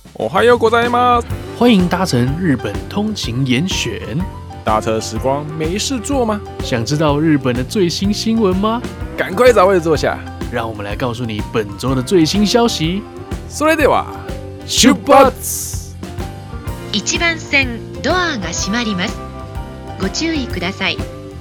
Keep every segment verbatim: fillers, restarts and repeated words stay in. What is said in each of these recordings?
おはようございます。 欢迎搭乘日本通勤严选， 搭车时光没事做吗？ 想知道日本的最新新闻吗？ 赶快找位子坐下， 让我们来告诉你本周的最新消息。 それでは出発。 一番線ドアが閉まります。ご注意ください。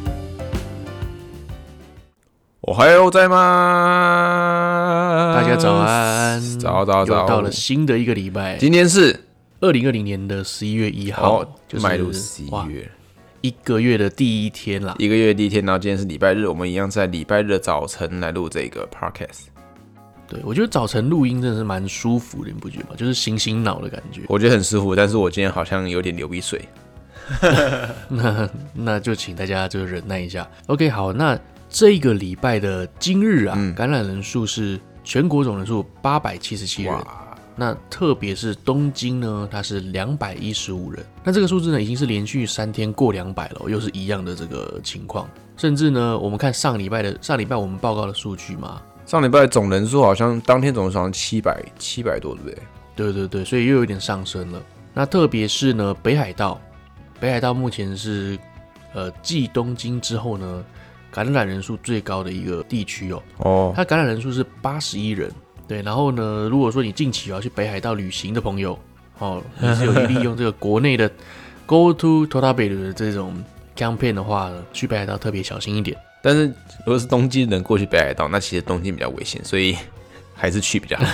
おはようございます。 大家早安， 早早早， 又到了新的一个礼拜。 今天是二零二零年的十一月一号， 哦， 就是迈入十一月， 一个月的第一天啦。 一个月第一天，然后今天是礼拜日，我们一样在礼拜日的早晨来录这个 podcast。 对，我觉得早晨录音真的是蛮舒服的，你不觉得吗？就是醒醒脑的感觉。 我觉得很舒服，但是我今天好像有点流鼻水。 那那就请大家就忍耐一下。OK， 好，那这个礼拜的今日啊，嗯、感染人数是全国总人数八百七十七人。那特别是东京呢，它是两百一十五人。那这个数字呢，已经是连续三天过两百了，又是一样的这个情况。甚至呢，我们看上礼拜的上礼拜我们报告的数据嘛， 上礼拜总人数好像当天总人数好像七百七百多，对不对？ 对对对，所以又有点上升了。那特别是呢，北海道，北海道目前是呃继东京之后呢，感染人数最高的一个地区哦。哦，它感染人数是八十一人。对，然后呢，如果说你近期要去北海道旅行的朋友，哦，你是有利用这个国内的 Go to Toraberu 的这种 campaign 的话呢，去北海道特别小心一点。 但是如果是东京人过去北海道，那其实东京比较危险，所以还是去比较好。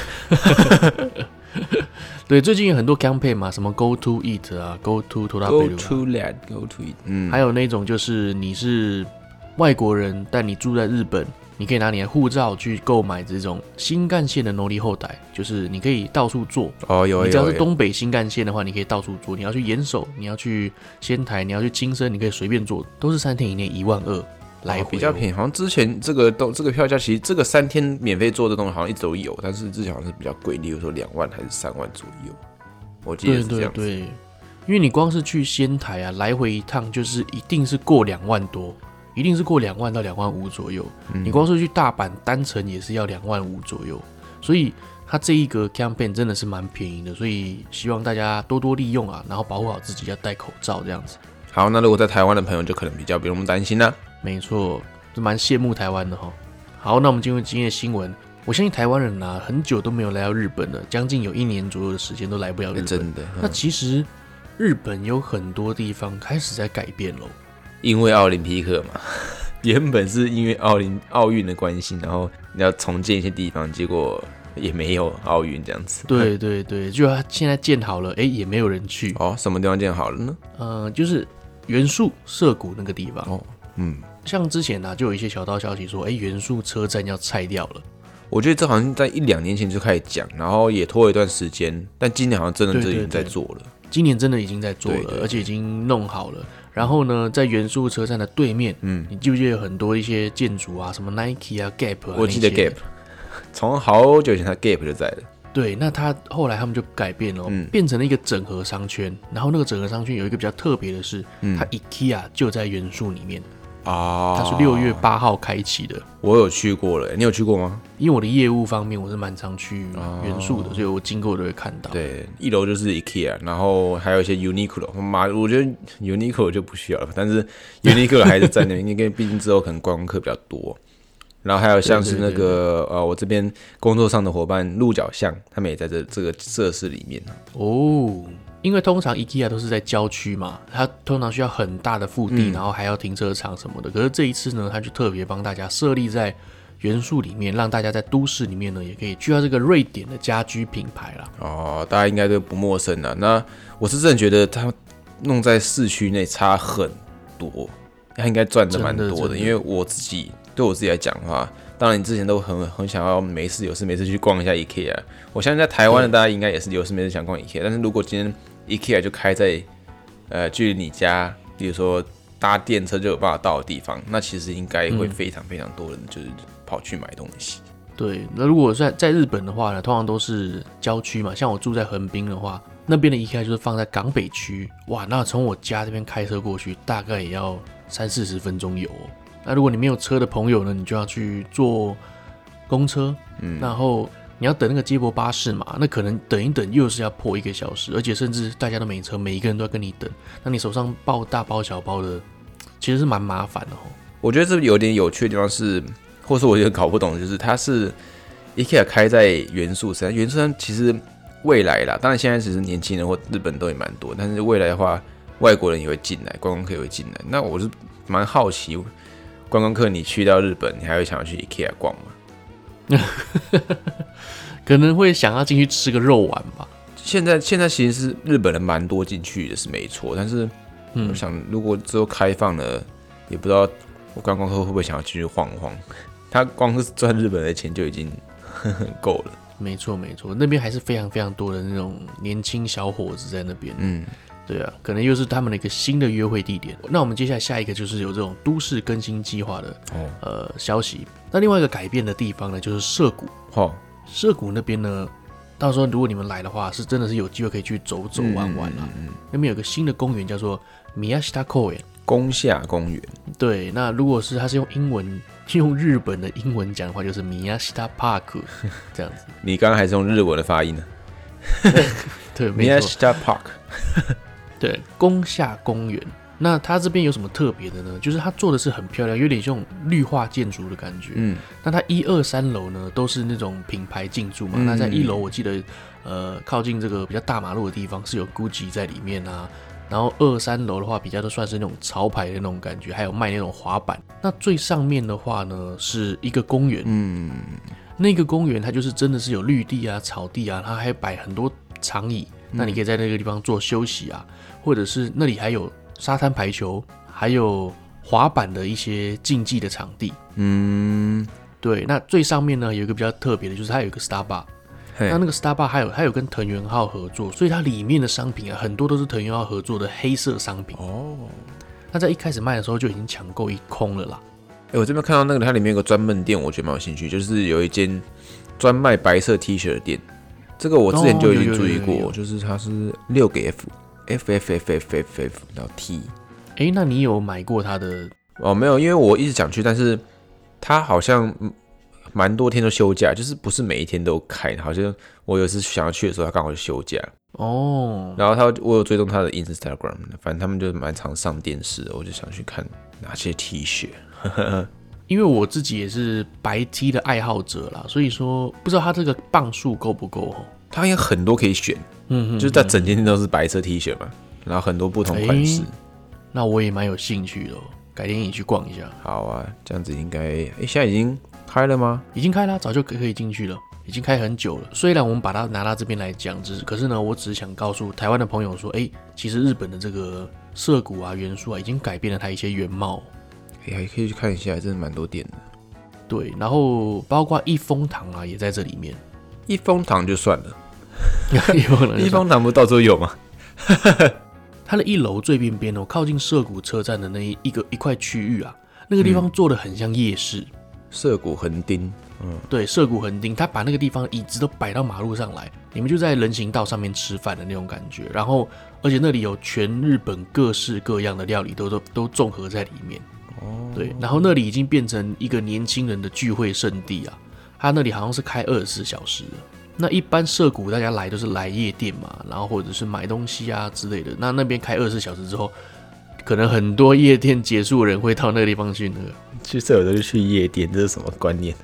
对，最近有很多 campaign 嘛，什么 Go to Eat 啊 ，Go to Toraberu， Go to Land Go to Eat， 嗯， 还有那种就是你是外国人，但你住在日本。你可以拿你的护照去购买这种新干线的乗り放題，就是你可以到处坐。 哦，有有有。 你只要是东北新干线的话，你可以到处坐。你要去岩手，你要去仙台，你要去青森，你可以随便坐，都是三天以内一万二来回、哦， 比较便宜。好像之前这个都这个票价，其实这个三天免费坐的东西好像一直都有，但是之前好像是比较贵，例如说两万还是三万左右。我记得是这样子。 对对对，因为你光是去仙台啊，来回一趟就是一定是过两万多。一定是过两万到两万五左右、嗯，你光是去大阪单程也是要两万五左右，所以它这一个 campaign 真的是蛮便宜的，所以希望大家多多利用啊，然后保护好自己，要戴口罩这样子。 好，那如果在台湾的朋友就可能比较不用那么担心啦、啊。 没错，就蛮羡慕台湾的哈。好，那我们进入今天的新闻。我相信台湾人啊，很久都没有来到日本了，将近有一年左右的时间都来不了日本。 真的、嗯， 那其实日本有很多地方开始在改变喽。 因为奥林匹克嘛，原本是因为奥林奥运的关系，然后你要重建一些地方，结果也没有奥运这样子。 对对对，就它现在建好了，哎，也没有人去。 哦，什么地方建好了呢？ 呃，就是原宿涩谷那个地方。哦， 嗯， 像之前啊，就有一些小道消息说，哎，原宿车站要拆掉了。 我觉得这好像在一两年前就开始讲，然后也拖了一段时间，但今年好像真的就已经在做了。对对对， 今年真的已经在做了， 对对对， 而且已经弄好了。然后呢，在原宿车站的对面，嗯，你记不记得有很多一些建筑啊，什么 Nike 啊 Gap 啊， 我记得 Gap， 从好久以前它 Gap 就在了。 对，那它后来他们就改变了、嗯，变成了一个整合商圈。然后那个整合商圈有一个比较特别的是，嗯、它 IKEA 就在原宿里面。啊，它是六月八号开启的。 我有去过了，你有去过吗？ 因为我的业务方面，我是蛮常去原宿的，所以我经过都会看到。 对，一楼就是 IKEA， 然后还有一些 Uniqlo。妈，我觉得 Uniqlo 就不需要了，但是 Uniqlo 还是在那边，因为毕竟之后可能观光客比较多。然后还有像是那个对对对对呃，我这边工作上的伙伴鹿角巷，他们也在这这个设施里面哦。因为通常 IKEA 都是在郊区嘛，它通常需要很大的腹地、嗯，然后还要停车场什么的。可是这一次呢，它就特别帮大家设立在原宿里面，让大家在都市里面呢，也可以去到这个瑞典的家居品牌啦。 哦，大家应该都不陌生啦。那我是真的觉得它弄在市区内差很多，它应该赚的蛮多的。因为我自己对我自己来讲的话，当然你之前都很很想要没事有事没事去逛一下 IKEA。我相信在台湾的大家应该也是有事没事想逛 IKEA， 但是如果今天IKEA 就开在呃距离你家，比如说搭电车就有办法到的地方，那其实应该会非常非常多人就是跑去买东西。嗯、 对，那如果在在日本的话呢，通常都是郊区嘛，像我住在横滨的话，那边的 IKEA 就是放在港北区，哇，那从我家这边开车过去大概也要三四十分钟有哦。那如果你没有车的朋友呢，你就要去坐公车，嗯，然后你要等那个接驳巴士嘛，那可能等一等又是要破一个小时，而且甚至大家都没车，每一个人都要跟你等，那你手上抱大包小包的，其实是蛮麻烦的哦。 我觉得这有点有趣的地方是，或是我有点搞不懂，就是它是 IKEA 开在元素山，元素山其实未来啦，当然现在其实年轻人或日本都也蛮多，但是未来的话，外国人也会进来，观光客也会进来。那我是蛮好奇，观光客你去到日本，你还会想要去 IKEA 逛吗？ 可能会想要进去吃个肉丸吧。 现在现在其实是日本人蛮多进去的，是没错。但是我想，如果之后开放了，也不知道观光客会不会想要进去晃晃。他光是赚日本的钱就已经够了。 没错没错，那边还是非常非常多的那种年轻小伙子在那边。嗯，对啊，可能又是他们的一个新的约会地点。那我们接下来下一个就是有这种都市更新计划的、哦、呃消息。那另外一个改变的地方呢，就是涩谷。哦，涩谷那边呢，到时候如果你们来的话，是真的是有机会可以去走走玩玩啦。嗯嗯嗯、那边有个新的公园叫做Miyashita公园， 宫下公园。对， 那如果是它是用英文。用日本的英文讲的话，就是 Miyashita Park 这样子。 你刚刚还是用日文的发音呢？ 对， 没错 Miyashita Park 。 对，宫下公园。那它这边有什么特别的呢？就是它做的是很漂亮，有点这种绿化建筑的感觉。嗯，那它一二三楼呢都是那种品牌进驻嘛。嗯、那在一楼，我记得呃靠近这个比较大马路的地方是有 Gucci 在里面啊。然后二三楼的话，比较都算是那种潮牌的那种感觉，还有卖那种滑板。那最上面的话呢，是一个公园。嗯，那个公园它就是真的是有绿地啊、草地啊，它还摆很多长椅，那你可以在那个地方做休息啊，或者是那里还有沙滩排球，还有滑板的一些竞技的场地。嗯，对。那最上面呢有一个比较特别的，就是它有一个 Starbucks。那那个 Starbucks 还有还有跟藤原浩合作，所以它里面的商品啊，很多都是藤原浩合作的黑色商品哦。那在一开始卖的时候就已经抢购一空了啦。 欸、我这边看到那个它里面有个专门店，我觉得蛮有兴趣，就是有一间专卖白色 T 恤的店。这个我之前就已经注意过，哦、有有有有有就是它是六个 F F F F F F F 然后 T。 哎、欸，那你有买过它的？ 哦，没有，因为我一直想去，但是它好像。蛮多天都休假，就是不是每一天都开，好像我有一次想要去的时候，他刚好就休假哦。然后他我有追踪他的 Instagram， 反正他们就蛮常上电视的，我就想去看哪些 T 恤。 因为我自己也是白 T 的爱好者啦，所以说不知道他这个磅数够不够哦。 他应该很多可以选，嗯哼嗯，就是在整间店都是白色 T 恤嘛，然后很多不同款式。欸、 那我也蛮有兴趣的、哦，改天一起去逛一下。 好啊，这样子应该，哎、欸，现在已经。开了吗？ 已经开了，早就可以进去了，已经开很久了。虽然我们把它拿到这边来讲，只是可是呢，我只是想告诉台湾的朋友说，哎、欸，其实日本的这个涩谷啊、元素啊，已经改变了它一些原貌。 哎、欸，还可以去看一下，真的蛮多店的。 对，然后包括一风堂啊，也在这里面。 一风堂就算了，一风堂，一风堂不到处有吗？ 它的一楼最边边哦，靠近涩谷车站的那一一个一块区域啊，那个地方做的很像夜市。嗯涩谷横丁， 嗯，对，涩谷横丁，他把那个地方椅子都摆到马路上来，你们就在人行道上面吃饭的那种感觉。然后，而且那里有全日本各式各样的料理都都都综合在里面。哦，对，然后那里已经变成一个年轻人的聚会圣地啊。他那里好像是开二十四小时的。那一般涩谷大家来都是来夜店嘛，然后或者是买东西啊之类的。那那边开二十四小时之后。可能很多夜店结束的人会到那个地方去那个去涩谷都是去夜店，这是什么观念？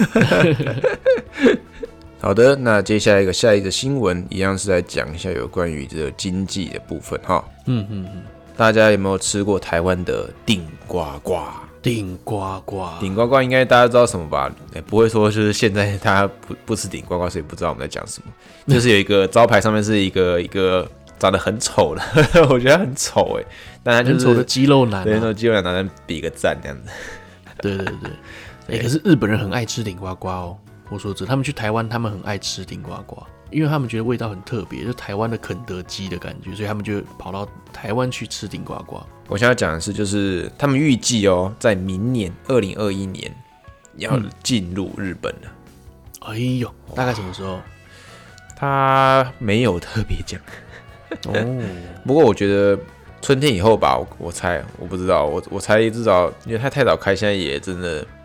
好的，那接下来一个下一个新闻，一样是来讲一下有关于这个经济的部分哈。嗯嗯嗯，大家有没有吃过台湾的顶呱呱？ 顶呱呱， 顶呱呱应该大家知道什么吧？欸、不会说就是现在大家不不吃顶呱呱，所以不知道我们在讲什么。就是有一个招牌上面是一个一个。长得很丑的，我觉得很丑哎，但他就是很丑的肌肉男、啊， 对，那种肌肉男拿来比个赞这样子。 对对对，哎、欸，可是日本人很爱吃顶呱呱哦。我说真的，他们去台湾，他们很爱吃顶呱呱，因为他们觉得味道很特别，就台湾的肯德基的感觉，所以他们就跑到台湾去吃顶呱呱。 我现在讲的是，就是他们预计哦，在明年二零二一年要进入日本了。 嗯、哎呦，大概什么时候？ 他没有特别讲。哦，不过我觉得春天以后吧，我, 我猜我不知道，我我猜至少因为它太早开，现在也真的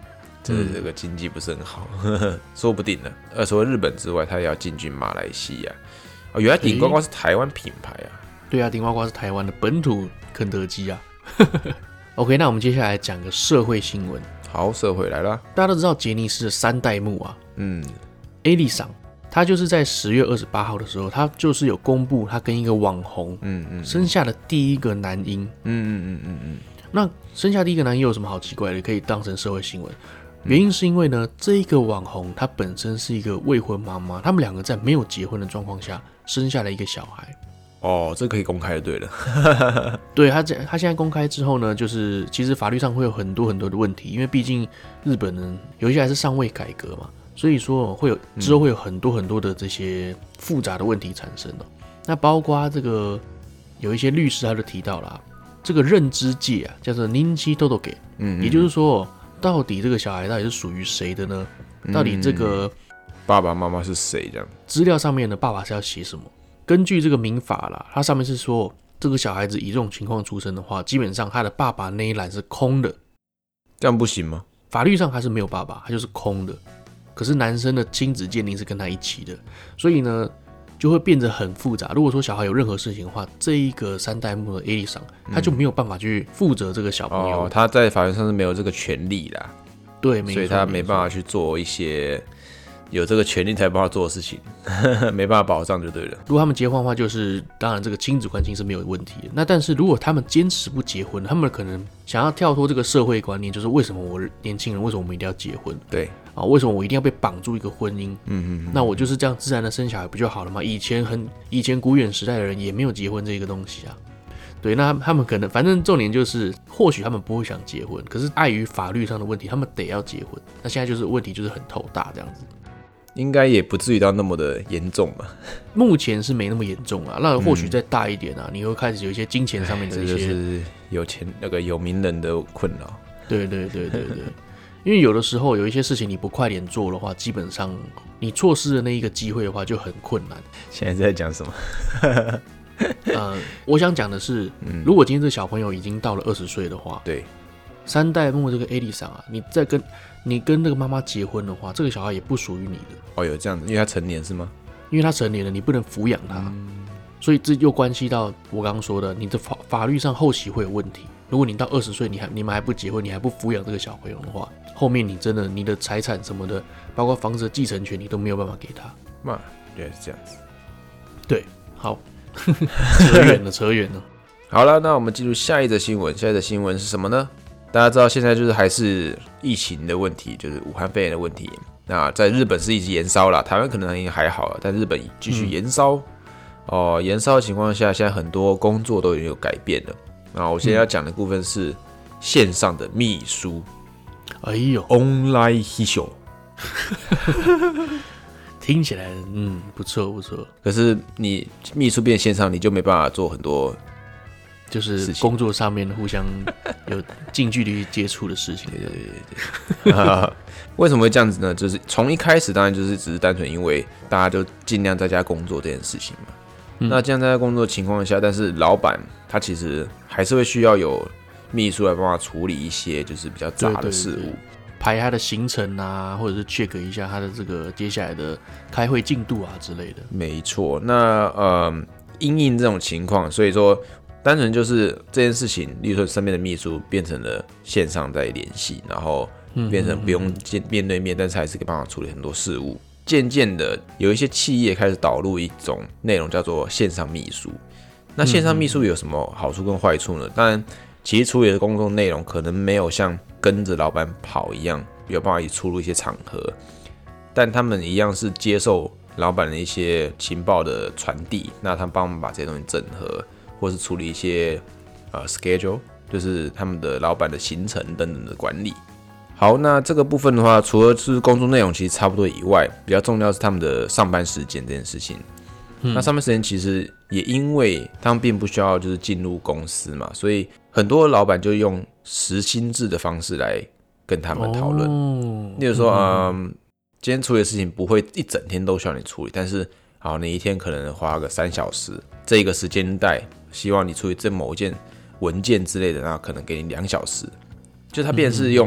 这这个经济不是很好，呵呵说不定呢。呃，除了日本之外，他也要进军马来西亚。哦，原来顶呱呱是台湾品牌啊。 对啊，顶呱呱是台湾的本土肯德基啊。OK， 那我们接下来讲个社会新闻。 好，社会来了。 大家都知道杰尼斯的三代目啊， 嗯 ，A 莉桑，他就是在十月二十八号的时候，他就是有公布他跟一个网红，嗯嗯，生下的第一个男婴，嗯嗯嗯嗯嗯。那生下第一个男婴有什么好奇怪的？可以当成社会新闻。原因是因为呢，这一个网红他本身是一个未婚妈妈，他们两个在没有结婚的状况下生下了一个小孩。 哦，这可以公开就对了。 对他，他现在公开之后呢，就是其实法律上会有很多很多的问题，因为毕竟日本呢有一些还是尚未改革嘛，所以说会有之后会有很多很多的这些复杂的问题产生了。那包括这个有一些律师他就提到了，这个认知界啊叫做認知届，嗯，也就是说，到底这个小孩到底是属于谁的呢？到底这个爸爸妈妈是谁？这样资料上面呢，爸爸是要写什么？根据这个民法啦，它上面是说，这个小孩子以这种情况出生的话，基本上他的爸爸那一栏是空的， 这样不行吗？ 法律上他是没有爸爸，他就是空的。可是男生的亲子鉴定是跟他一起的，所以呢，就会变得很复杂。如果说小孩有任何事情的话，这一个三代目的 A 莉桑，他就没有办法去负责这个小朋友、 哦，他在法律上是没有这个权利啦。 对，没错， 所以他没办法去做一些有这个权利才办法做的事情，没办法保障就对了。 如果他们结婚的话，就是当然这个亲子关系是没有问题的。那但是如果他们坚持不结婚，他们可能想要跳脱这个社会观念，就是为什么我年轻人为什么我们一定要结婚？ 对啊，为什么我一定要被绑住一个婚姻？ 嗯嗯嗯， 那我就是这样自然的生小孩不就好了吗？以前很以前古远时代的人也没有结婚这个东西啊。对，那他们可能反正重点就是，或许他们不会想结婚，可是碍于法律上的问题，他们得要结婚。那现在就是问题就是很头大这样子。 应该也不至于到那么的严重吧？ 目前是没那么严重啊，那或许再大一点啊，嗯、你会开始有一些金钱上面的一些， 这就是有钱那个有名人的困扰。 对对对对对，因为有的时候有一些事情你不快点做的话，基本上你错失了那一个机会的话就很困难。 现在在讲什么？ 呃，我想讲的是，嗯、如果今天这个小朋友已经到了二十岁的话， 对。 三代目这个 A 莉桑啊，你再跟你跟那个妈妈结婚的话，这个小孩也不属于你的。 哦，有这样子，因为他成年是吗？ 因为他成年了，你不能抚养他，嗯、所以这又关系到我刚刚说的，你的法法律上后期会有问题。如果你到二十岁，你还你们还不结婚，你还不抚养这个小朋友的话，后面你真的你的财产什么的，包括房子的继承权，你都没有办法给他。 嘛，原来是这样子。 对，好，扯远了，扯远了。 好了，那我们进入下一则新闻。下一则新闻是什么呢？大家知道现在就是还是疫情的问题，就是武汉肺炎的问题。那在日本是一直延烧了，台湾可能还好了，但日本继续延烧。哦、嗯，延烧的情况下，现在很多工作都已经有改变了。那我现在要讲的部分是线上的秘书。 哎呦 ，online 秘書， 听起来嗯不错不错。 可是你秘书变线上，你就没办法做很多。 就是工作上面互相有近距离接触的事情。 对对对对、啊。为什么会这样子呢？就是从一开始当然就是只是单纯因为大家就尽量在家工作这件事情嘛。嗯、那这样在家工作的情况下，但是老板他其实还是会需要有秘书来帮他处理一些就是比较杂的事务，对对对， 排他的行程啊，或者是 check 一下他的这个接下来的开会进度啊之类的。没错。那呃，因应这种情况，所以说。单纯就是这件事情，例如说身边的秘书变成了线上在联系，然后变成不用面对面，但是还是可以帮忙处理很多事务。渐渐的，有一些企业开始导入一种内容叫做线上秘书。那线上秘书有什么好处跟坏处呢？当然，其实处理的工作内容可能没有像跟着老板跑一样，有办法去出入一些场合，但他们一样是接受老板的一些情报的传递，那他帮我们把这些东西整合。或是处理一些呃 schedule， 就是他们的老板的行程等等的管理。好，那这个部分的话，除了是工作内容其实差不多以外，比较重要是他们的上班时间这件事情。嗯、那上班时间其实也因为他们并不需要就是进入公司嘛，所以很多老板就用时薪制的方式来跟他们讨论。哦、例如说，嗯，今天处理的事情不会一整天都需要你处理，但是好，你一天可能花个三小时，这一个时间带。希望你处理这某一件文件之类的，那可能给你两小时，就它变成是用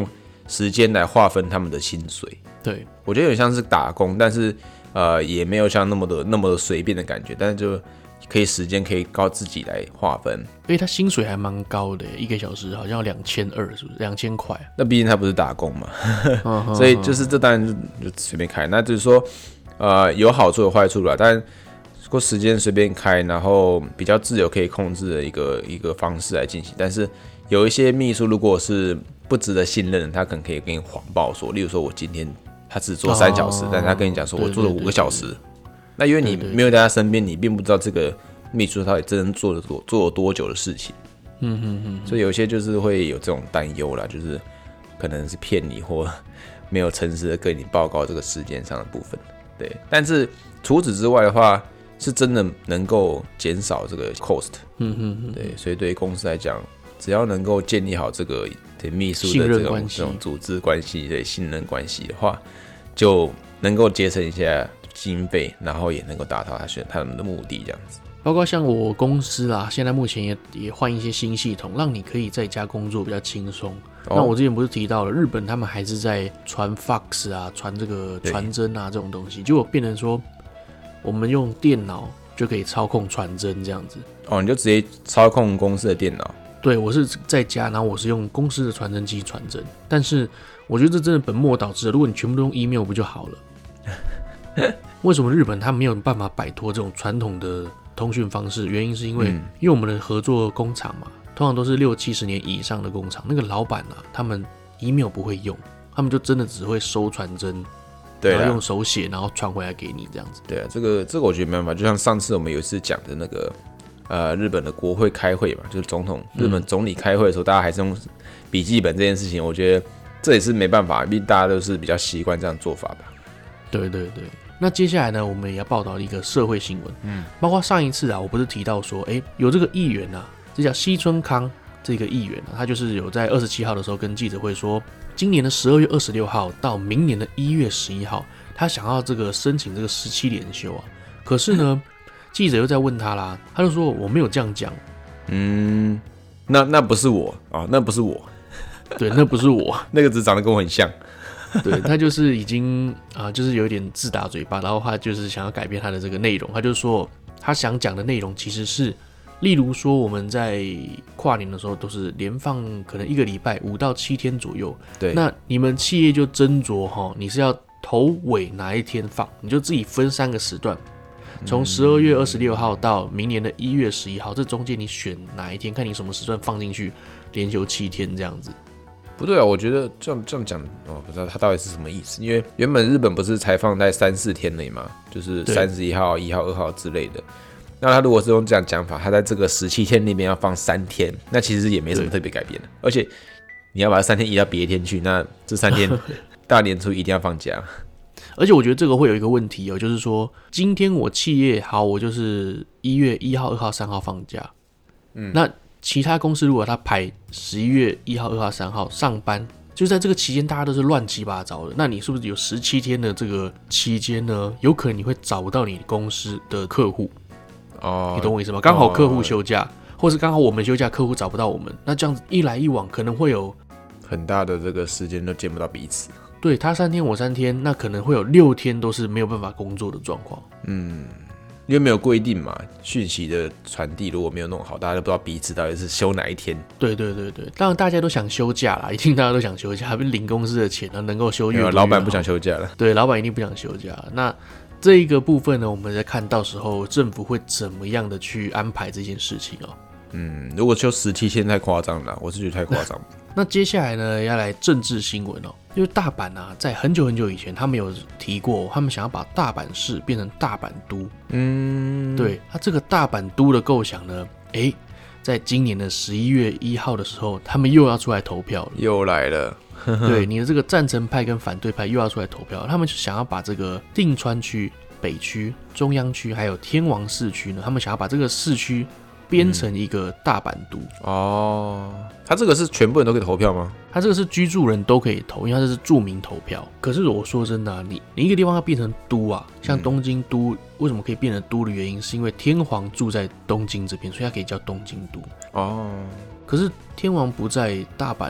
时间来划分他们的薪水。 对， 我觉得有点像是打工，但是呃也没有像那么的那么的随便的感觉，但是就可以时间可以靠自己来划分。 因为他薪水还蛮高的，一个小时好像要两千二，是不是？两千块。 那毕竟他不是打工嘛，所以就是这当然 就, 就随便开。那就是说，呃，有好处有坏处啦。但如果时间随便开，然后比较自由可以控制的一个一个方式来进行。但是有一些秘书如果是不值得信任的，他可能可以跟你谎报说，例如说我今天他只做三小时，哦、但他跟你讲说我做了五个小时。对对对对，那因为你没有在他身边，你并不知道这个秘书到底真正做了多做了多久的事情。嗯哼哼，所以有些就是会有这种担忧啦，就是可能是骗你或没有诚实的跟你报告这个时间上的部分。对，但是除此之外的话，是真的能够减少这个 cost。嗯哼哼，对，所以对于公司来讲，只要能够建立好这个对秘书的这种这种组织关系、对信任关系的话，就能够节省一下经费，然后也能够达到他选他们的目的，这样子。 包括像我公司啦，现在目前也也换一些新系统，让你可以在家工作比较轻松。哦、那我之前不是提到了日本他们还是在传 fax 啊、传这个传真啊这种东西，结果变成说我们用电脑就可以操控传真这样子。 哦，你就直接操控公司的电脑？ 对，我是在家，然后我是用公司的传真机传真。但是我觉得这真的本末倒置了，如果你全部都用 email 不就好了？为什么日本他没有办法摆脱这种传统的通讯方式？原因是因为、嗯、因为我们的合作工厂嘛，通常都是六七十年以上的工厂，那个老板啊，他们 email 不会用，他们就真的只会收传真，对，然后用手写，然后传回来给你这样子。 对啊，这个这个我觉得没办法，就像上次我们有一次讲的那个呃日本的国会开会嘛，就是总统日本总理开会的时候，嗯、大家还是用笔记本这件事情，我觉得这也是没办法，毕竟大家都是比较习惯这样做法吧。 对对对。那接下来呢，我们也要报道一个社会新闻，嗯，包括上一次啊，我不是提到说，哎，有这个议员啊，这叫西村康这个议员啊，他就是有在二十七号的时候跟记者会说，今年的十二月二十六号到明年的一月十一号，他想要这个申请这个十七连休啊，可是呢，记者又在问他啦，他就说我没有这样讲， 嗯，那那不是我啊，那不是我， 对，那不是我， 那个只长得跟我很像。 对，他就是已经啊、呃，就是有一点自打嘴巴，然后他就是想要改变他的这个内容。他就说他想讲的内容其实是，例如说我们在跨年的时候都是连放可能一个礼拜五到七天左右。对，那你们企业就斟酌哈，你是要头尾哪一天放，你就自己分三个时段，从十二月二十六号到明年的一月十一号，这中间你选哪一天，看你什么时段放进去，连休七天这样子。 不对啊，我觉得这样这样讲，哦，不知道他到底是什么意思。因为原本日本不是才放在三四天内嘛，就是三十一号、一号、二号之类的。那他如果是用这样讲法，他在这个十七天里面要放三天，那其实也没什么特别改变的。而且你要把三天移到别天去，那这三天大年初一定要放假。 而且我觉得这个会有一个问题哦，就是说今天我企业好，我就是一月一号、二号、三号放假，嗯，那其他公司如果他排十一月一号、二号、三号上班，就在这个期间大家都是乱七八糟的，那你是不是有十七天的这个期间呢？有可能你会找不到你公司的客户哦，你懂我意思吗？刚好客户休假，哦、或是刚好我们休假，客户找不到我们，那这样子一来一往，可能会有很大的这个时间都见不到彼此。 对，他三天我三天，那可能会有六天都是没有办法工作的状况。嗯。 因为没有规定嘛，讯息的传递如果没有弄好，大家都不知道彼此到底是休哪一天。 对对对对，当然大家都想休假啦，一定大家都想休假，还不是领公司的钱呢，能够休越多越好。 老板不想休假了。 对，老板一定不想休假。那这一个部分呢，我们再看到时候政府会怎么样的去安排这件事情哦。 嗯，如果休十七天太夸张了，我是觉得太夸张。 那接下来呢，要来政治新闻哦，因为大阪啊，在很久很久以前，他们有提过，他们想要把大阪市变成大阪都。嗯，对，他这个大阪都的构想呢，哎，在今年的十一月一号的时候，他们又要出来投票了， 又来了。 对，你的这个赞成派跟反对派又要出来投票，他们想要把这个定川区、北区、中央区还有天王市区呢，他们想要把这个市区编成一个大阪都、嗯、 哦，他这个是全部人都可以投票吗？ 他这个是居住人都可以投，因为他这是住民投票。可是我说真的、啊，你你一个地方要变成都啊，像东京都、嗯、为什么可以变成都的原因，是因为天皇住在东京这边，所以他可以叫东京都。哦，可是天皇不在大阪，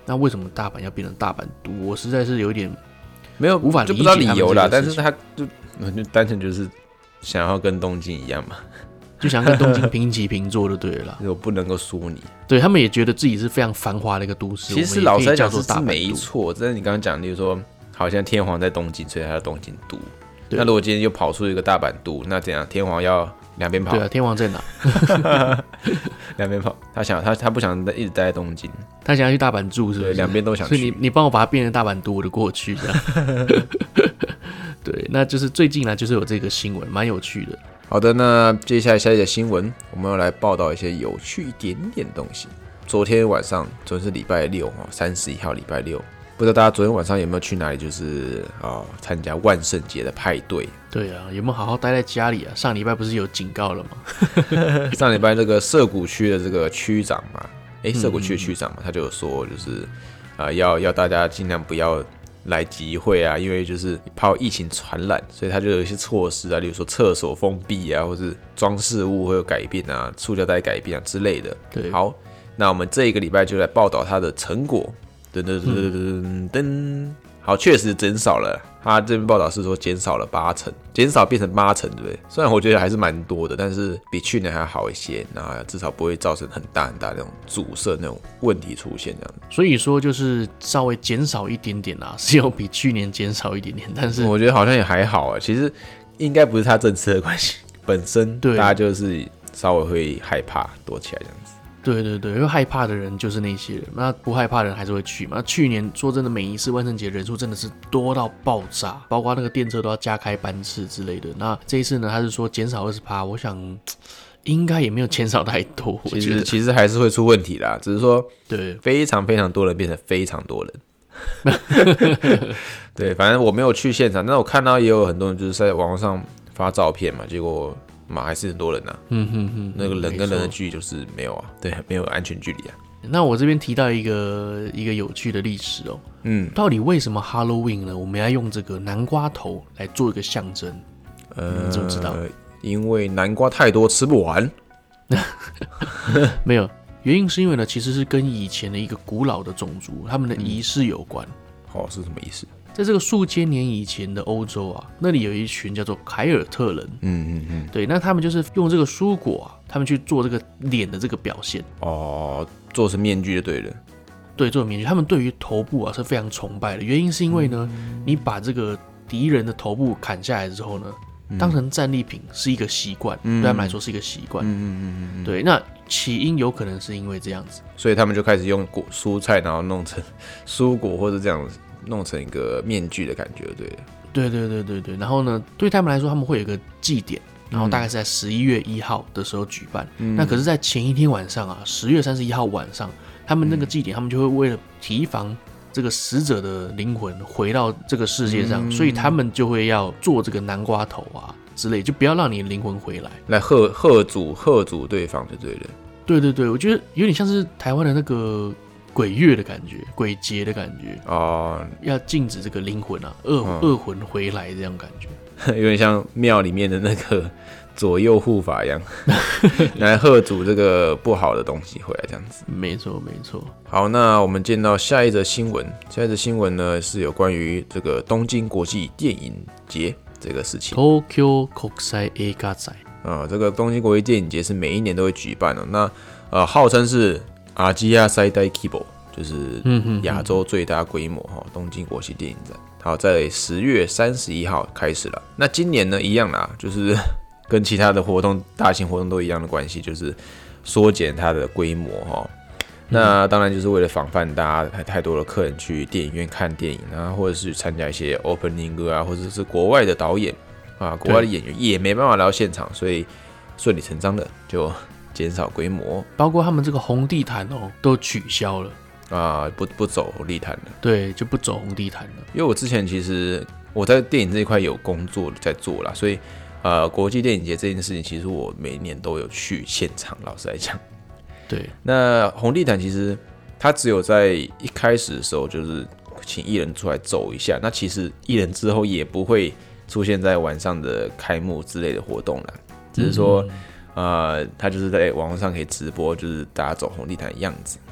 那为什么大阪要变成大阪都？我实在是有点没有无法理解就不知道理由啦，但是他他就就单纯就是想要跟东京一样嘛， 就想跟东京平起平坐就对了啦。 我不能够说你， 对他们也觉得自己是非常繁华的一个都市。 其实老实来讲是是没错，但是你刚刚讲，例如说，好像天皇在东京，所以他叫东京都。 对那如果今天又跑出一个大阪都，那怎样？天皇要两边跑？ 对啊，天皇在哪？ 两边跑。他想他他不想一直待在东京， 他想要去大阪住，是不是？ 两边都想去。 所以你你帮我把它变成大阪都，我就过去这样。对，那就是最近呢，就是有这个新闻，蛮有趣的。 好的，那接下来下一个新闻，我们要来报道一些有趣一点点的东西。昨天晚上，昨天是礼拜六哈，三十一号礼拜六。不知道大家昨天晚上有没有去哪里，就是啊参加万圣节的派对？ 对啊，有没有好好待在家里啊？上礼拜不是有警告了吗？ 上礼拜这个涩谷区的这个区长嘛，哎，涩谷区的区长嘛，他就有说，就是啊、呃、要要大家尽量不要来集会啊，因为就是怕疫情传染，所以他就有一些措施啊，例如说厕所封闭啊，或是装饰物会有改变啊，塑胶袋改变啊之类的。 对， 好，那我们这一个礼拜就来报道他的成果。噔噔噔噔噔，好，确实减少了。他这边报道是说减少了八成，减少变成八成，对不对？虽然我觉得还是蛮多的，但是比去年还要好一些，那至少不会造成很大很大的那种阻塞那种问题出现这样子。 所以说就是稍微减少一点点啦，是有比去年减少一点点，但是我觉得好像也还好啊。其实应该不是他政策的关系，本身大家就是稍微会害怕躲起来这样子。 对对对，因为害怕的人就是那些人，那不害怕的人还是会去嘛。那去年说真的，每一次万圣节人数真的是多到爆炸，包括那个电车都要加开班次之类的。那这一次呢，他是说减少 百分之二十， 我想应该也没有减少太多。 其实其实还是会出问题啦，只是说对非常非常多人变成非常多人。对，反正我没有去现场，但我看到也有很多人就是在网上发照片嘛，结果。嘛还是很多人呐、啊，嗯哼哼，那个人跟人的距离就是没有啊，对，没有安全距离啊。 那我这边提到一个一个有趣的历史哦，嗯，到底为什么 Halloween 呢？我们要用这个南瓜头来做一个象征？呃，你怎么知道？ 因为南瓜太多吃不完。 没有，原因是因为呢，其实是跟以前的一个古老的种族他们的仪式有关。 哦，是什么仪式？ 在这个数千年以前的欧洲啊，那里有一群叫做凯尔特人。嗯嗯嗯，对，那他们就是用这个蔬果啊，他们去做这个脸的这个表现。 哦，做成面具就对了。 对，做成面具，他们对于头部啊是非常崇拜的。原因是因为呢，嗯、你把这个敌人的头部砍下来之后呢，嗯、当成战利品是一个习惯，嗯、对他们来说是一个习惯。嗯嗯嗯嗯，对，那起因有可能是因为这样子， 所以他们就开始用果蔬菜，然后弄成蔬果或者这样子。弄成一个面具的感觉，对了。 对对对对对。然后呢，对他们来说，他们会有一个祭典，然后大概是在十一月一号的时候举办。嗯、那可是，在前一天晚上啊，十月三十一号晚上，他们那个祭典，他们就会为了提防这个死者的灵魂回到这个世界上，嗯、所以他们就会要做这个南瓜头啊之类，就不要让你的灵魂回来， 来贺贺主贺主对方就对了。 对对对，我觉得有点像是台湾的那个。鬼月的感觉，鬼节的感觉哦，要禁止这个灵魂啊，恶恶、嗯、魂回来这样感觉， 有点像庙里面的那个左右护法一样，来贺主这个不好的东西回来这样子。 没错没错。 好，那我们见到下一则新闻，下一则新闻呢是有关于这个东京国际电影节这个事情。 東京国際映画祭啊，这个东京国际电影节是每一年都会举办的，那呃号称是。阿基亚最大規模就是亚洲最大规模哈，东京国际电影展，好，在十月三十一号开始了。那今年呢，一样啦，就是跟其他的活动、大型活动都一样的关系，就是缩减它的规模哈。那当然就是为了防范大家太多的客人去电影院看电影啊，或者是参加一些 opening 啊，或者是国外的导演啊、国外的演员也没办法来到现场，所以顺理成章的就。减少规模， 包括他们这个红地毯哦，都取消了啊，不不走红地毯了。 对，就不走红地毯了。 因为我之前其实我在电影这一块有工作在做啦，所以呃，国际电影节这件事情，其实我每年都有去现场。老实来讲， 对， 那红地毯其实它只有在一开始的时候，就是请艺人出来走一下。那其实艺人之后也不会出现在晚上的开幕之类的活动啦，只是说。嗯呃，他就是在网络上可以直播，就是大家走红地毯的样子。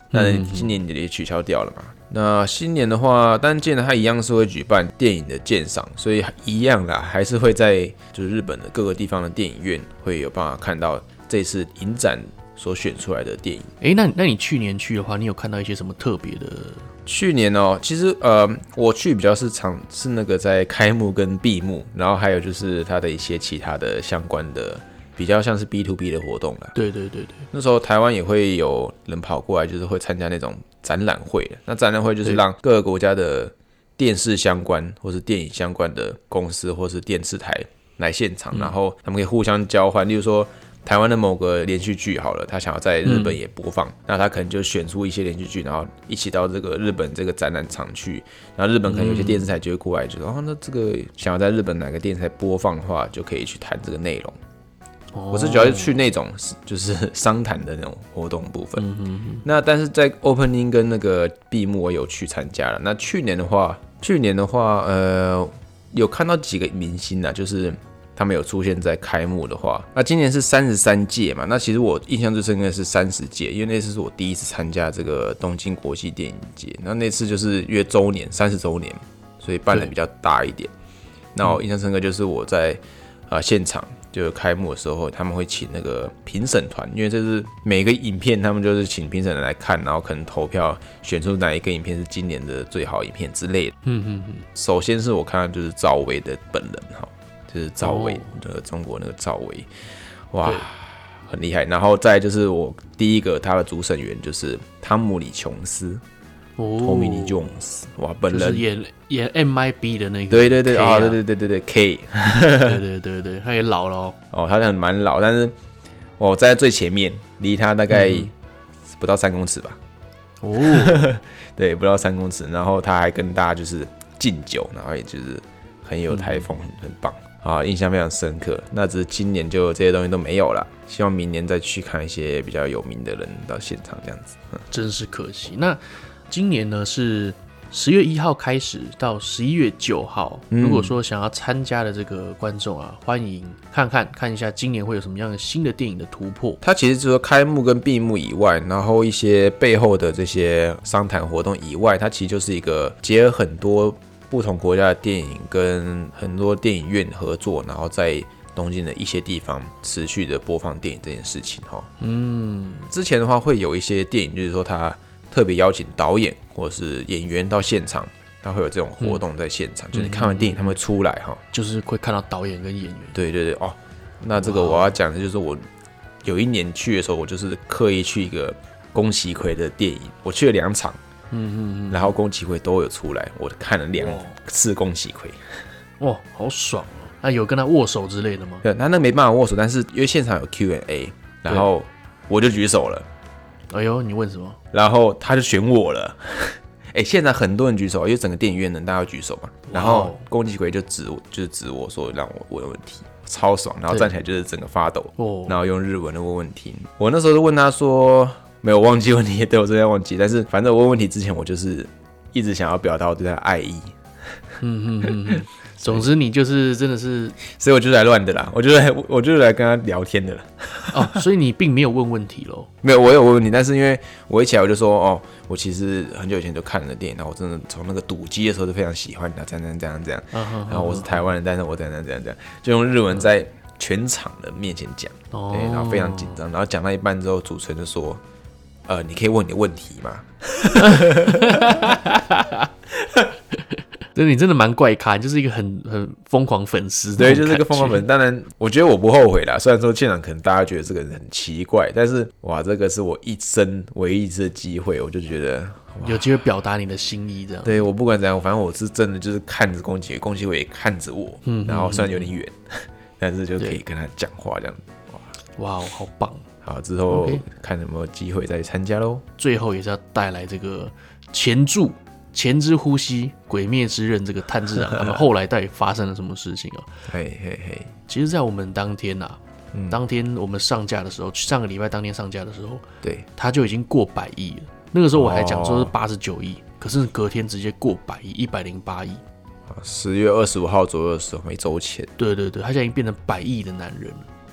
但今年也取消掉了嘛。那新年的话，但今年它一样是会举办电影的鉴赏，所以一样啦，还是会在就是日本的各个地方的电影院会有办法看到这次影展所选出来的电影。 哎、欸，那那你去年去的话，你有看到一些什么特别的？ 去年哦，其实呃，我去比较是常是那个在开幕跟闭幕，然后还有就是它的一些其他的相关的。比较像是 B to B 的活动啦。 对对对对， 那时候台湾也会有人跑过来，就是会参加那种展览会。那展览会就是让各个国家的电视相关或是电影相关的公司或是电视台来现场，嗯、然后他们可以互相交换。例如说，台湾的某个连续剧好了，他想要在日本也播放，嗯、那他可能就选出一些连续剧，然后一起到这个日本这个展览场去。然后日本可能有些电视台就会过来，就说、嗯、哦，那这个想要在日本哪个电视台播放的话，就可以去谈这个内容。我是主要是去那种就是商谈的那种活动部分，嗯哼哼那但是在 opening 跟那个闭幕我有去参加了。那去年的话，去年的话，呃，有看到几个明星啊，就是他们有出现在开幕的话。那今年是三十三届嘛，那其实我印象最深刻的是三十届，因为那次是我第一次参加这个东京国际电影节。那那次就是约周年，三十周年，所以办的比较大一点。那我印象深刻就是我在啊、呃、现场。就是开幕的时候，他们会请那个评审团，因为这是每个影片，他们就是请评审人来看，然后可能投票选出哪一个影片是今年的最好影片之类的。嗯嗯嗯。首先是我看到就是赵薇的本人哈，就是赵薇的、哦、中国那个赵薇，哇，很厉害。然后再就是我第一个他的主审员就是汤姆李琼斯。Tommy Lee Jones， 哇，本人就是演演 M I B 的那个， 对对对啊，啊对对对对对 K， 对对对对，他也老了哦， 哦，他很蛮老，但是我在最前面，离他大概不到三公尺吧，哦，对，不到三公尺，然后他还跟大家就是敬酒，然后也就是很有台风，嗯、很棒啊，印象非常深刻。那只是今年就这些东西都没有了，希望明年再去看一些比较有名的人到现场这样子，嗯、真是可惜。那今年呢是十月一号开始到十一月九号，嗯、如果说想要参加的这个观众啊，欢迎看看看一下今年会有什么样的新的电影的突破。 它其实除了开幕跟闭幕以外，然后一些背后的这些商谈活动以外，它其实就是一个结合很多不同国家的电影跟很多电影院合作，然后在东京的一些地方持续的播放电影这件事情哈。嗯，之前的话会有一些电影，就是说它特别邀请导演或者是演员到现场，他会有这种活动在现场，嗯、就是你看完电影他们会出来哈， 就是会看到导演跟演员。 对对对哦，那这个我要讲的就是我有一年去的时候，我就是刻意去一个宫崎葵的电影，我去了两场，嗯嗯嗯，然后宫崎葵都有出来，我看了两次宫崎葵， 哇，好爽哦！那有跟他握手之类的吗？ 对，他那没办法握手，但是因为现场有 Q and A， 然后我就举手了。 哎呦，你问什么？ 然后他就选我了。哎，现在很多人举手，因为整个电影院呢，大家要举手嘛。然后宫崎葵就指我，就是指我说让我问问题，超爽。然后站起来就是整个发抖，然后用日文的问问题。我那时候就问他说，没有忘记问题，对我真的忘记。但是反正我问问题之前，我就是一直想要表达我对他的爱意。 嗯嗯嗯嗯。总之，你就是真的是， 所以我就是来乱的啦，我就来，我就是来跟他聊天的啦。 哦，所以你并没有问问题咯？ 没有，我有问问题，但是因为我一起来我就说，哦，我其实很久以前就看了电影，然后我真的从那个赌机的时候就非常喜欢它，这样这样这样这样。然后我是台湾人，但是我这样这样这样这样，就用日文在全场的面前讲，哦、对，然后非常紧张，然后讲到一半之后，主持人就说，呃，你可以问你的问题吗？ 你真的蛮怪咖，就是一个很很疯狂粉丝。 对，就是一个疯狂粉丝。当然，我觉得我不后悔啦。虽然说现场可能大家觉得这个人很奇怪，但是哇，这个是我一生唯一一次的机会，我就觉得有机会表达你的心意，这样。 对，我不管怎样，反正我是真的就是看着宫崎葵，宫崎葵也看着我，嗯，然后虽然有点远，但是就可以跟他讲话这样。 哇，哇，好棒！ 好，之后看有没有机会再参加咯。 最后也是要带来这个前注。前之呼吸、鬼灭之刃这个炭治郎他们后来到底发生了什么事情哦？ 嘿嘿嘿， 其实，在我们当天啊，嗯、当天我们上架的时候，上个礼拜当天上架的时候， 对， 他就已经过百亿了。那个时候我还讲说是八十九亿，可是隔天直接过百亿，一百零八亿。 十月二十五号左右的时候，一周前。 对对对，他现在已经变成百亿的男人了。可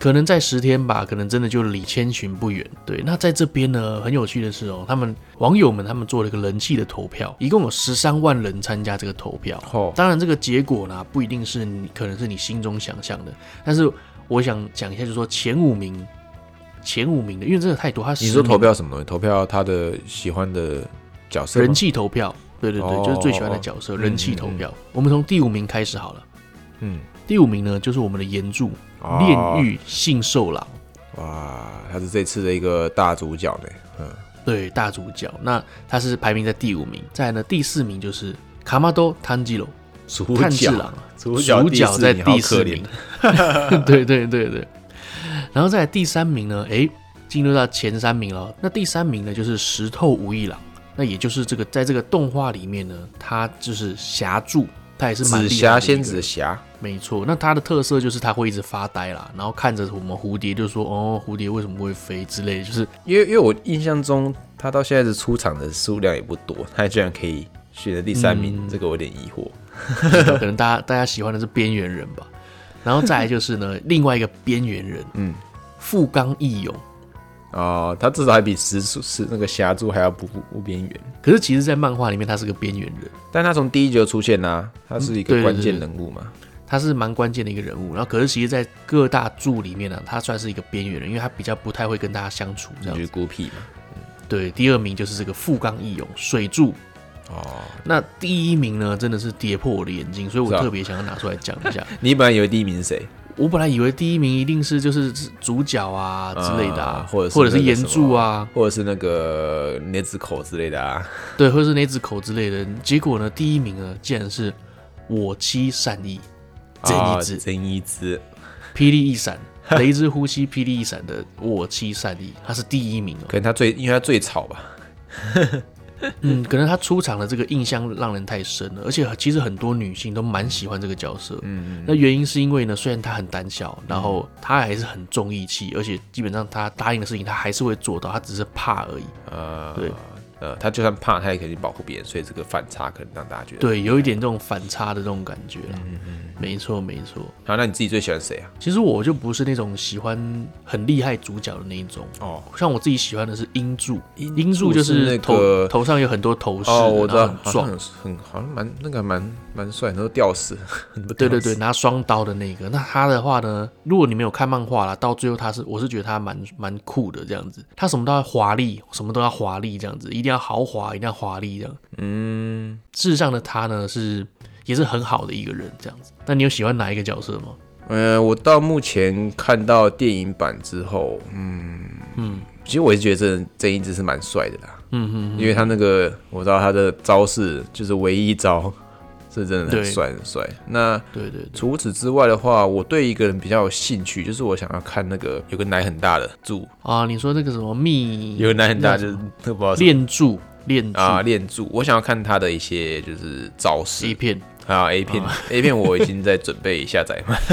可能在十天吧，可能真的就离千寻不远。对，那在这边呢，很有趣的是哦，他们网友们他们做了一个人气的投票，一共有十三万人参加这个投票。哦，当然这个结果呢，不一定是你可能是你心中想象的，但是我想讲一下，就是说前五名，前五名的，因为真的太多。他你说投票什么东西？投票他的喜欢的角色吗？ 人气投票。对对对，哦、就是最喜欢的角色，哦、人气投票。嗯嗯嗯、我们从第五名开始好了。嗯，第五名呢，就是我们的岩柱、哦、炼狱杏寿郎。 哇，他是这次的一个大主角呢。嗯， 对，大主角。那他是排名在第五名。再来呢，第四名就是卡马多炭治郎，炭治郎， 主角主角在第四名。对对对对。然后再来第三名呢，哎，进入到前三名了。那第三名呢，就是石透无一郎。那也就是这个，在这个动画里面呢，他就是霞柱，他也是蛮厉害的。紫霞仙子的霞， 没错。那他的特色就是他会一直发呆啦，然后看着我们蝴蝶，就说哦，蝴蝶为什么会飞之类的，就是因为因为我印象中他到现在的出场的数量也不多，他居然可以选了第三名，嗯、这个我有点疑惑。 可能大家大家喜欢的是边缘人吧。然后再来就是呢，另外一个边缘人，嗯，富冈义勇。 哦，他至少还比石石那个霞柱还要不不边缘。 可是其实，在漫画里面，他是个边缘人。 但他从第一集就出现啦、啊，他是一个关键人物嘛、嗯对对对。 他是蛮关键的一个人物。然后，可是其实，在各大柱里面呢、啊，他算是一个边缘人，因为他比较不太会跟大家相处，这样子。 就是孤僻嘛。 嗯、对，第二名就是这个富冈义勇水柱。哦，那第一名呢，真的是跌破我的眼镜，所以我特别想要拿出来讲一下。 你本来以为第一名是谁？ 我本来以为第一名一定是就是主角啊之类的啊，啊或者是或者是岩柱啊， 或者是那个禰子口之类的啊， 对，或者是禰子口之类的。结果呢，第一名呢，竟然是我妻善逸，真一之， 真一之， 霹雳一闪，雷之呼吸，霹雳一闪的我妻善逸，他是第一名哦。 可能他最，因为他最吵吧。 嗯，可能他出场的这个印象让人太深了，而且其实很多女性都蛮喜欢这个角色。嗯，那原因是因为呢，虽然他很胆小，然后他还是很重义气，而且基本上他答应的事情他还是会做到，他只是怕而已。呃，对。 呃，他就算怕，他也可以保护别人，所以这个反差可能让大家觉得对，有一点这种反差的这种感觉啦。嗯嗯，没错没错。 好，那你自己最喜欢谁啊？ 其实我就不是那种喜欢很厉害主角的那一种哦，像我自己喜欢的是英柱，英柱就是头、那个、头上有很多头饰， 哦，我知道， 很壮， 很好像蛮那个蛮蛮帅，很多吊饰， 对对对，拿双刀的那个。那他的话呢，如果你没有看漫画啦，到最后他是我是觉得他蛮蛮酷的这样子，他什么都要华丽，什么都要华丽这样子，一定要豪华，一定要华丽这样。嗯，事实上的他呢是也是很好的一个人这样子。那你有喜欢哪一个角色吗？ 呃，我到目前看到电影版之后，嗯嗯，其实我也觉得这这一只是蛮帅的啦。嗯嗯，因为他那个我知道他的招式就是唯一一招。是真的很帅很帅。那对对对， 除此之外的话，我对一个人比较有兴趣，就是我想要看那个有个奶很大的柱啊。你说那个什么蜜， 有个奶很大，就是那个不知道炼柱炼柱啊炼柱。我想要看他的一些就是招式 A 片啊 A 片、哦、A 片我已经在准备下载嘛。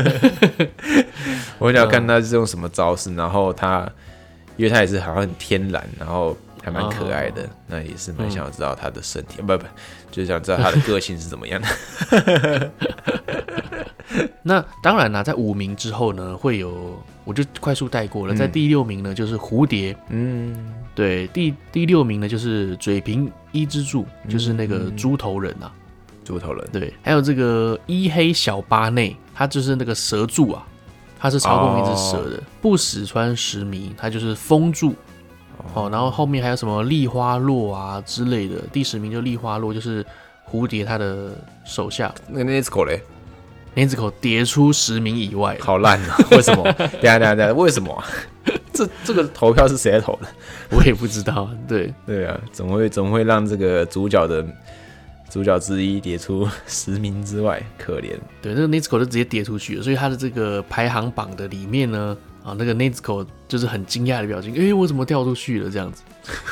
我想要看他是用什么招式，然后他因为他也是好像很天然，然后还蛮可爱的，哦、那也是蛮想要知道他的身体，嗯、不不，就是想知道他的个性是怎么样的。 那当然啦，在五名之后呢，会有我就快速带过了，嗯、在第六名呢就是蝴蝶，嗯，对，第第六名呢就是嘴平一之助，就是那个猪头人啊， 猪头人， 对，还有这个伊黑小巴内，他就是那个蛇柱啊，他是操控一只蛇的，哦、不死川石弥，他就是风柱。哦，然后后面还有什么立花落啊之类的，第十名就立花落，就是蝴蝶他的手下。 那个 Nezuko 嘞 ，Nezuko 跌出十名以外， 好烂啊！为什么？等一下等一下等一下，为什么、啊？这这个投票是谁在投的？ 我也不知道。对对啊，怎么会怎么会让这个主角的主角之一跌出十名之外？可怜。 对，这个 Nezuko 就直接跌出去了，所以他的这个排行榜的里面呢。啊，那个 Nezuko 就是很惊讶的表情，哎、欸，我怎么掉出去了这样子？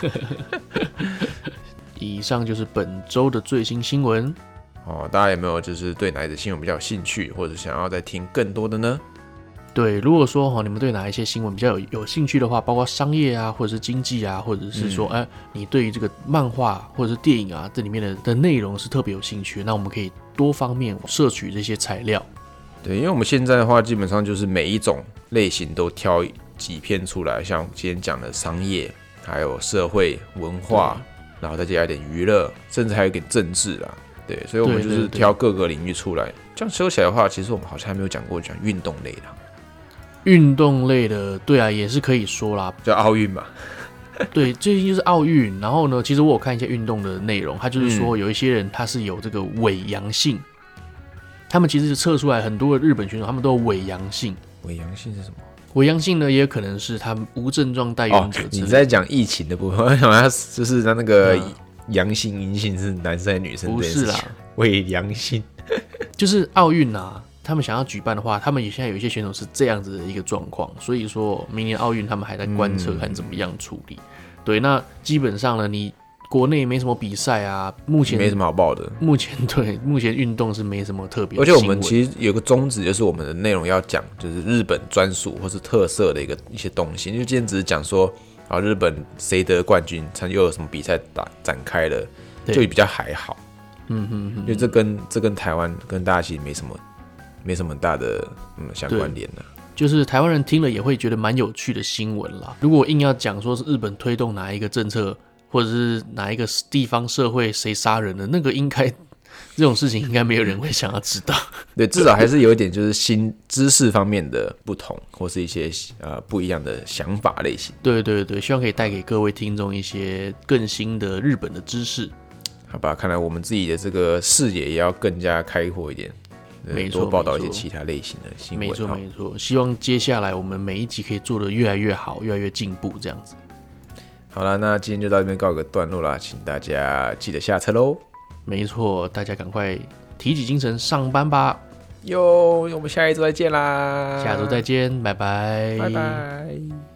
以上就是本周的最新新闻。 哦，大家有没有就是对哪一则新闻比较有兴趣，或者想要再听更多的呢？ 对，如果说哈你们对哪一些新闻比较有有兴趣的话，包括商业啊，或者是经济啊，或者是说，哎、嗯，你对于这个漫画或者是电影啊这里面的的内容是特别有兴趣，那我们可以多方面摄取这些材料。 对，因为我们现在的话，基本上就是每一种类型都挑几篇出来，像今天讲的商业，还有社会文化，然后再加一点娱乐，甚至还有一点政治啦。对，所以我们就是挑各个领域出来。这样说起来的话，其实我们好像还没有讲过讲运动类的。 运动类的，对啊，也是可以说啦， 叫奥运嘛。 对，最近就是奥运。然后呢，其实我有看一些运动的内容，他就是说有一些人他是有这个伪阳性，他们其实是测出来很多的日本选手他们都有伪阳性。 伪阳性是什么？ 伪阳性呢，也有可能是他们无症状带源者之类的。 哦，你在讲疫情的部分，我想他就是他那个阳性、阴性是男生还是女生？ 不是啦， 伪阳性就是奥运啊。他们想要举办的话，他们也现在有一些选手是这样子的一个状况，所以说明年奥运他们还在观测，看怎么样处理。嗯、对，那基本上呢，你国内没什么比赛啊，目前没什么好报的。 目前对，目前运动是没什么特别的。 而且我们其实有个宗旨，就是我们的内容要讲就是日本专属或是特色的一个一些东西。因为今天只是讲说，啊，日本谁得冠军，又有什么比赛打展开了，就比较还好。嗯哼哼，因为这跟这跟台湾跟大家其实没什么。没什么大的嗯相关联呢， 就是台湾人听了也会觉得蛮有趣的新闻啦。如果硬要讲说是日本推动哪一个政策，或者是哪一个地方社会谁杀人的，那个应该这种事情应该没有人会想要知道。 对，至少还是有一点就是新知识方面的不同，或是一些呃不一样的想法类型。 对对对，希望可以带给各位听众一些更新的日本的知识。 好吧，看来我们自己的这个视野也要更加开阔一点。 没错， 多报道一些其他类型的新闻。 没错没错，希望接下来我们每一集可以做得越来越好，越来越进步，这样子。 好了，那今天就到这边告个段落啦，请大家记得下车喽。 没错，大家赶快提起精神上班吧。 哟，我们下一周再见啦！ 下周再见，拜拜， 拜拜。